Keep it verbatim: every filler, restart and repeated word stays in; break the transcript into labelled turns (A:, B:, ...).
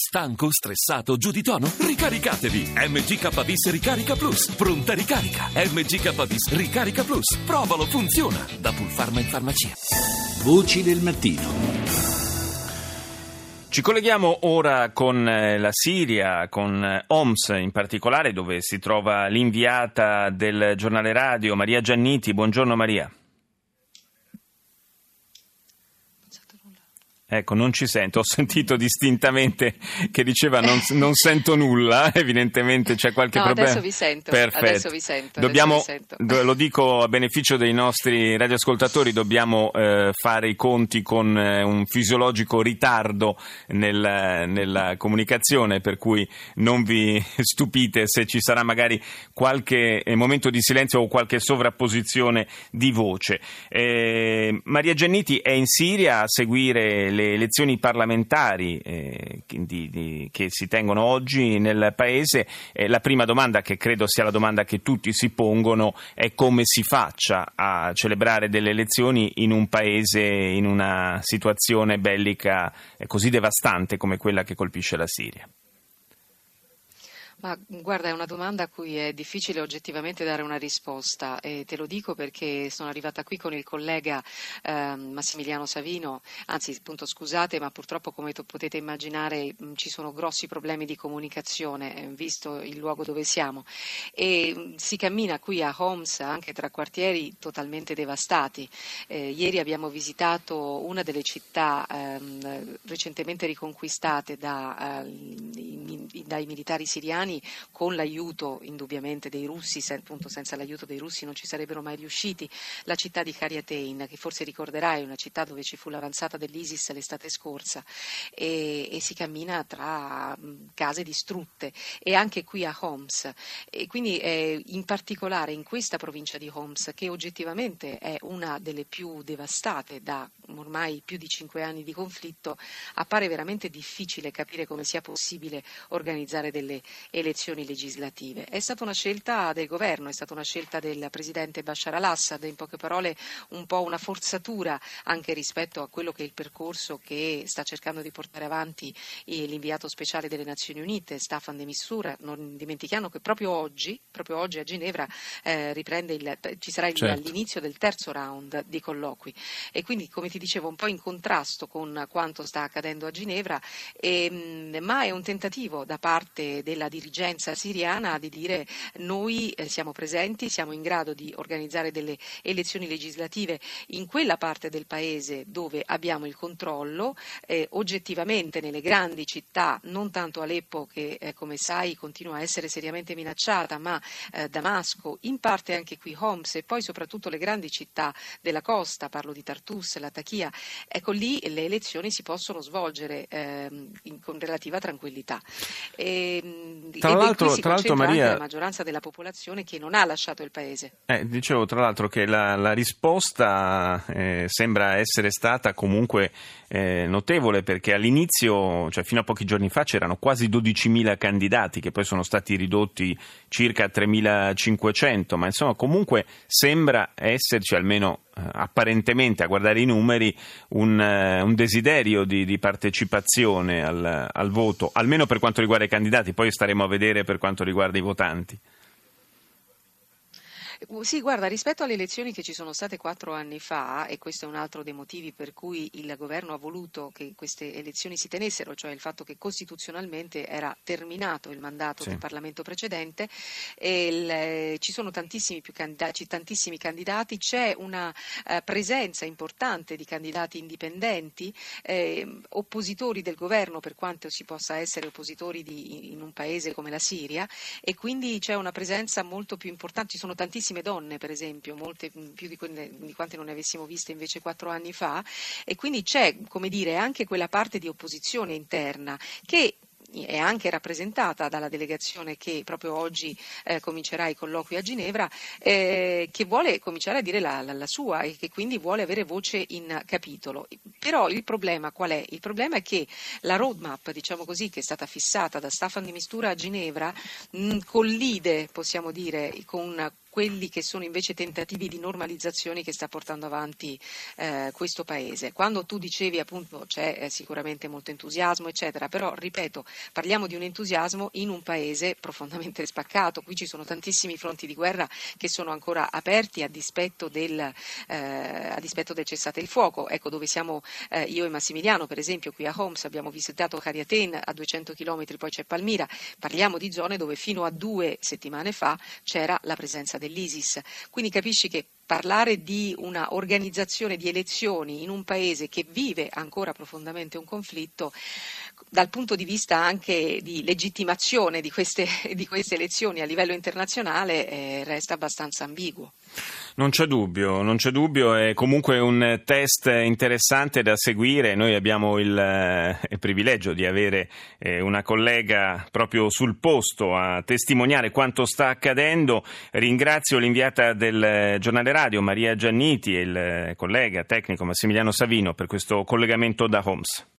A: Stanco, stressato, giù di tono? Ricaricatevi! M G K Bis Ricarica Plus. Pronta ricarica. M G K Bis Ricarica Plus. Provalo, funziona. Da Pulpharma in farmacia.
B: Voci del mattino.
C: Ci colleghiamo ora con la Siria, con Homs in particolare, dove si trova l'inviata del giornale radio, Maria Gianniti. Buongiorno Maria. Ecco, non ci sento, ho sentito distintamente che diceva non, non sento nulla, evidentemente c'è qualche
D: no,
C: problema.
D: Adesso vi sento,
C: Perfetto.
D: adesso vi sento.
C: Dobbiamo,
D: adesso vi sento.
C: Lo dico a beneficio dei nostri radioascoltatori, dobbiamo eh, fare i conti con eh, un fisiologico ritardo nel, nella comunicazione, per cui non vi stupite se ci sarà magari qualche momento di silenzio o qualche sovrapposizione di voce. Eh, Maria Gianniti è in Siria a seguire le le elezioni parlamentari eh, di, di, che si tengono oggi nel paese. Eh, la prima domanda, che credo sia la domanda che tutti si pongono, è come si faccia a celebrare delle elezioni in un paese, in una situazione bellica eh, così devastante come quella che colpisce la Siria.
D: Ma guarda, è una domanda a cui è difficile oggettivamente dare una risposta, e te lo dico perché sono arrivata qui con il collega eh, Massimiliano Savino, anzi appunto scusate, ma purtroppo come potete immaginare mh, ci sono grossi problemi di comunicazione, eh, visto il luogo dove siamo, e mh, si cammina qui a Homs anche tra quartieri totalmente devastati. Eh, ieri abbiamo visitato una delle città ehm, recentemente riconquistate da, eh, dai militari siriani, con l'aiuto indubbiamente dei russi, se, appunto senza l'aiuto dei russi non ci sarebbero mai riusciti. La città di Kariatein, che forse ricorderai, è una città dove ci fu l'avanzata dell'ISIS l'estate scorsa, e, e si cammina tra case distrutte, e anche qui a Homs, e quindi eh, in particolare in questa provincia di Homs, che oggettivamente è una delle più devastate da ormai più di cinque anni di conflitto, appare veramente difficile capire come sia possibile organizzare delle elezioni legislative. È stata una scelta del governo, è stata una scelta del presidente Bashar al-Assad, in poche parole un po' una forzatura anche rispetto a quello che è il percorso che sta cercando di portare avanti l'inviato speciale delle Nazioni Unite, Staffan de Mistura. Non dimentichiamo che proprio oggi, proprio oggi a Ginevra eh, riprende il, ci sarà il,
C: certo.
D: l'inizio del terzo round di colloqui, e quindi, come ti dicevo, un po' in contrasto con quanto sta accadendo a Ginevra, e, ma è un tentativo da parte della dirigenza siriana di dire: noi eh, siamo presenti, siamo in grado di organizzare delle elezioni legislative in quella parte del paese dove abbiamo il controllo, eh, oggettivamente nelle grandi città, non tanto Aleppo che eh, come sai continua a essere seriamente minacciata, ma eh, Damasco, in parte anche qui Homs, e poi soprattutto le grandi città della costa, parlo di Tartus, Latakia. Ecco, lì le elezioni si possono svolgere eh, in, con relativa tranquillità. E,
C: Tra
D: e
C: l'altro,
D: qui si
C: tra l'altro
D: concentra
C: Maria,
D: anche la maggioranza della popolazione che non ha lasciato il paese.
C: Eh, dicevo tra l'altro che la, la risposta eh, sembra essere stata comunque eh, notevole, perché all'inizio, cioè fino a pochi giorni fa, c'erano quasi dodicimila candidati che poi sono stati ridotti circa a tremilacinquecento, ma insomma comunque sembra esserci, almeno eh, apparentemente a guardare i numeri, un, eh, un desiderio di, di partecipazione al, al voto, almeno per quanto riguarda i candidati, poi staremo a vedere per quanto riguarda i votanti.
D: Sì, guarda, rispetto alle elezioni che ci sono state quattro anni fa, e questo è un altro dei motivi per cui il governo ha voluto che queste elezioni si tenessero, cioè il fatto che costituzionalmente era terminato il mandato sì. del Parlamento precedente, e il, ci sono tantissimi, più candidati, tantissimi candidati, c'è una eh, presenza importante di candidati indipendenti, eh, oppositori del governo, per quanto si possa essere oppositori di, in un paese come la Siria, e quindi c'è una presenza molto più importante, ci sono tantissimi donne, per esempio, molte più di, quelle, di quante non ne avessimo viste invece quattro anni fa, e quindi c'è, come dire, anche quella parte di opposizione interna che è anche rappresentata dalla delegazione che proprio oggi eh, comincerà i colloqui a Ginevra, eh, che vuole cominciare a dire la, la, la sua, e che quindi vuole avere voce in capitolo. Però il problema qual è? Il problema è che la roadmap, diciamo così, che è stata fissata da Staffan de Mistura a Ginevra, mh, collide, possiamo dire, con quelli che sono invece tentativi di normalizzazione che sta portando avanti eh, questo paese. Quando tu dicevi appunto c'è eh, sicuramente molto entusiasmo eccetera, però ripeto, parliamo di un entusiasmo in un paese profondamente spaccato. Qui ci sono tantissimi fronti di guerra che sono ancora aperti a dispetto del, eh, a dispetto del cessate il fuoco. Ecco dove siamo eh, io e Massimiliano, per esempio qui a Homs abbiamo visitato Khariaten, a duecento chilometri poi c'è Palmira. Parliamo di zone dove fino a due settimane fa c'era la presenza dell'ISIS. Quindi capisci che parlare di una organizzazione di elezioni in un paese che vive ancora profondamente un conflitto, dal punto di vista anche di legittimazione di queste, di queste elezioni a livello internazionale, eh, resta abbastanza ambiguo.
C: Non c'è dubbio, non c'è dubbio, è comunque un test interessante da seguire. Noi abbiamo il, eh, il privilegio di avere eh, una collega proprio sul posto a testimoniare quanto sta accadendo. Ringrazio l'inviata del giornale radio Maria Gianniti e il collega tecnico Massimiliano Savino per questo collegamento da Homs.